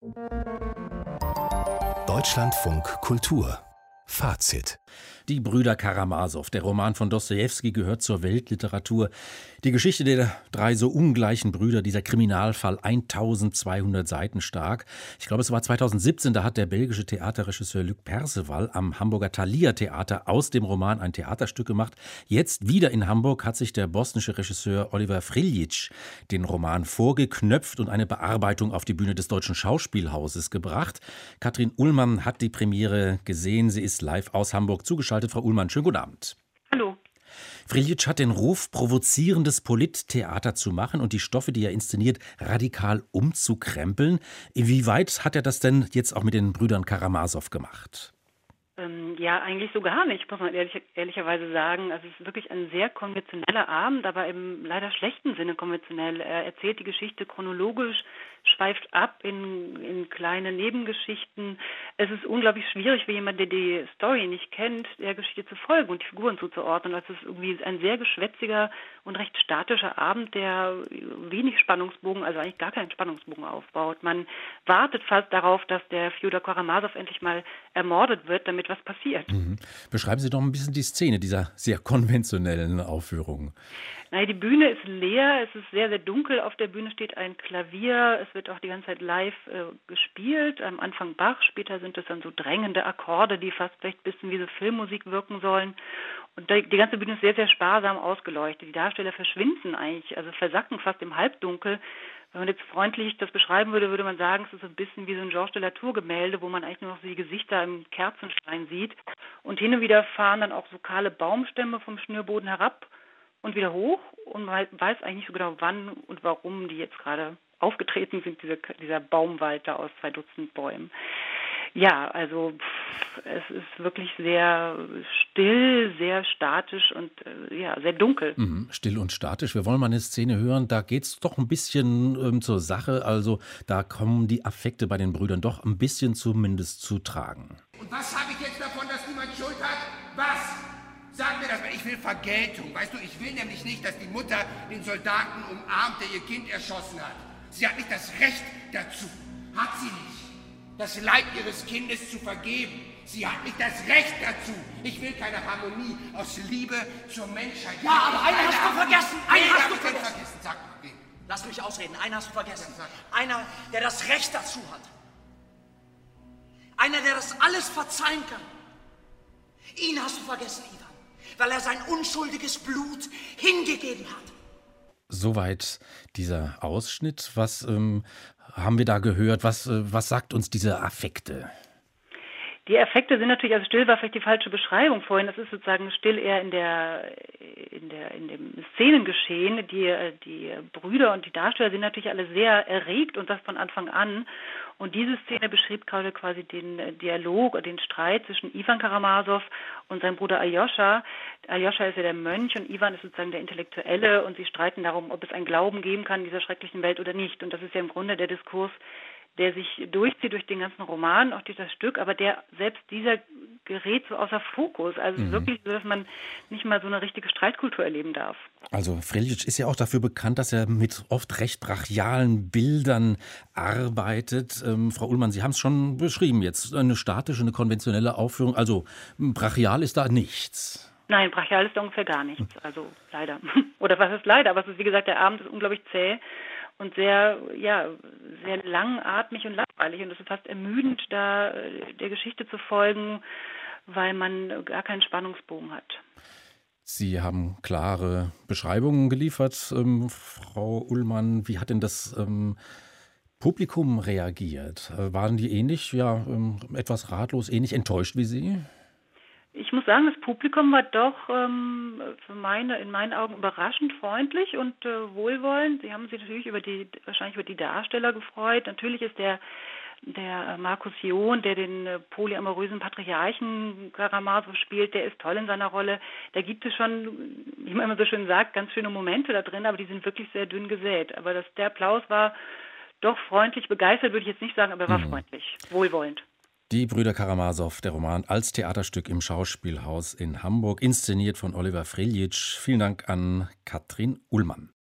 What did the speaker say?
Deutschlandfunk Kultur Fazit. Die Brüder Karamasow. Der Roman von Dostojewski gehört zur Weltliteratur. Die Geschichte der drei so ungleichen Brüder, dieser Kriminalfall, 1200 Seiten stark. Ich glaube, es war 2017, da hat der belgische Theaterregisseur Luc Perceval am Hamburger Thalia Theater aus dem Roman ein Theaterstück gemacht. Jetzt wieder in Hamburg hat sich der bosnische Regisseur Oliver Frljić den Roman vorgeknöpft und eine Bearbeitung auf die Bühne des Deutschen Schauspielhauses gebracht. Katrin Ullmann hat die Premiere gesehen. Sie ist live aus Hamburg zugeschaltet. Frau Ullmann, schönen guten Abend. Hallo. Frljić hat den Ruf, provozierendes Polittheater zu machen und die Stoffe, die er inszeniert, radikal umzukrempeln. Inwieweit hat er das denn jetzt auch mit den Brüdern Karamasow gemacht? Ja, eigentlich so gar nicht, muss man ehrlicherweise sagen. Also es ist wirklich ein sehr konventioneller Abend, aber im leider schlechten Sinne konventionell. Er erzählt die Geschichte chronologisch, schweift ab in kleine Nebengeschichten. Es ist unglaublich schwierig für jemanden, der die Story nicht kennt, der Geschichte zu folgen und die Figuren zuzuordnen. Also es ist irgendwie ein sehr geschwätziger und recht statischer Abend, der wenig Spannungsbogen, also eigentlich gar keinen Spannungsbogen aufbaut. Man wartet fast darauf, dass der Fjodor Karamasow endlich mal ermordet wird, damit was passiert. Beschreiben Sie doch ein bisschen die Szene dieser sehr konventionellen Aufführung. Nein, die Bühne ist leer, es ist sehr, sehr dunkel. Auf der Bühne steht ein Klavier, es wird auch die ganze Zeit live gespielt. Am Anfang Bach, später sind es dann so drängende Akkorde, die fast vielleicht ein bisschen wie so Filmmusik wirken sollen. Und die ganze Bühne ist sehr, sehr sparsam ausgeleuchtet. Die Darsteller verschwinden eigentlich, also versacken fast im Halbdunkel. Wenn man jetzt freundlich das beschreiben würde, würde man sagen, es ist so ein bisschen wie so ein Georges de la Tour-Gemälde, wo man eigentlich nur noch so die Gesichter im Kerzenschein sieht. Und hin und wieder fahren dann auch so kahle Baumstämme vom Schnürboden herab und wieder hoch. Und man weiß eigentlich nicht so genau, wann und warum die jetzt gerade aufgetreten sind, dieser Baumwald da aus 2 Dutzend Bäumen. Ja, also es ist wirklich sehr still, sehr statisch und sehr dunkel. Still und statisch. Wir wollen mal eine Szene hören, da geht es doch ein bisschen zur Sache. Also da kommen die Affekte bei den Brüdern doch ein bisschen zumindest zu tragen. Und was habe ich jetzt davon, dass niemand Schuld hat? Was? Sag mir das mal, ich will Vergeltung. Weißt du, ich will nämlich nicht, dass die Mutter den Soldaten umarmt, der ihr Kind erschossen hat. Sie hat nicht das Recht dazu. Hat sie nicht. Das Leid ihres Kindes zu vergeben. Sie hat nicht das Recht dazu. Ich will keine Harmonie aus Liebe zur Menschheit. Ja, aber einen hast du vergessen. Einen hast du vergessen. Sag mal, wen? Lass mich ausreden. Einen hast du vergessen. Einer, der das Recht dazu hat. Einer, der das alles verzeihen kann. Ihn hast du vergessen, Ivan. Weil er sein unschuldiges Blut hingegeben hat. Soweit dieser Ausschnitt. Was haben wir da gehört? Was sagt uns diese Affekte? Die Affekte sind natürlich, also still war vielleicht die falsche Beschreibung vorhin. Das ist sozusagen still eher in dem Szenengeschehen. Die Brüder und die Darsteller sind natürlich alle sehr erregt und das von Anfang an. Und diese Szene beschrieb gerade quasi den Dialog und den Streit zwischen Ivan Karamasow und seinem Bruder Aljoscha. Aljoscha ist ja der Mönch und Ivan ist sozusagen der Intellektuelle und sie streiten darum, ob es einen Glauben geben kann in dieser schrecklichen Welt oder nicht. Und das ist ja im Grunde der Diskurs, der sich durchzieht durch den ganzen Roman, auch durch das Stück, aber dieser gerät so außer Fokus. Also wirklich so, dass man nicht mal so eine richtige Streitkultur erleben darf. Also Frljić ist ja auch dafür bekannt, dass er mit oft recht brachialen Bildern arbeitet. Frau Ullmann, Sie haben es schon beschrieben jetzt, eine statische, eine konventionelle Aufführung. Also brachial ist da nichts. Nein, brachial ist da ungefähr gar nichts, also leider. Oder was ist leider, aber es ist, wie gesagt, der Abend ist unglaublich zäh und sehr langatmig und langweilig. Und es ist fast ermüdend, da der Geschichte zu folgen, weil man gar keinen Spannungsbogen hat. Sie haben klare Beschreibungen geliefert, Frau Ullmann. Wie hat denn das Publikum reagiert? Waren die ähnlich, etwas ratlos, ähnlich enttäuscht wie Sie? Ich muss sagen, das Publikum war doch in meinen Augen überraschend freundlich und wohlwollend. Sie haben sich natürlich wahrscheinlich über die Darsteller gefreut. Natürlich ist der Markus John, der den polyamorösen Patriarchen Karamasow spielt, der ist toll in seiner Rolle. Da gibt es schon, wie man immer so schön sagt, ganz schöne Momente da drin, aber die sind wirklich sehr dünn gesät. Aber der Applaus war doch freundlich, begeistert würde ich jetzt nicht sagen, aber er war freundlich, wohlwollend. Die Brüder Karamasow, der Roman als Theaterstück im Schauspielhaus in Hamburg, inszeniert von Oliver Frljić. Vielen Dank an Katrin Ullmann.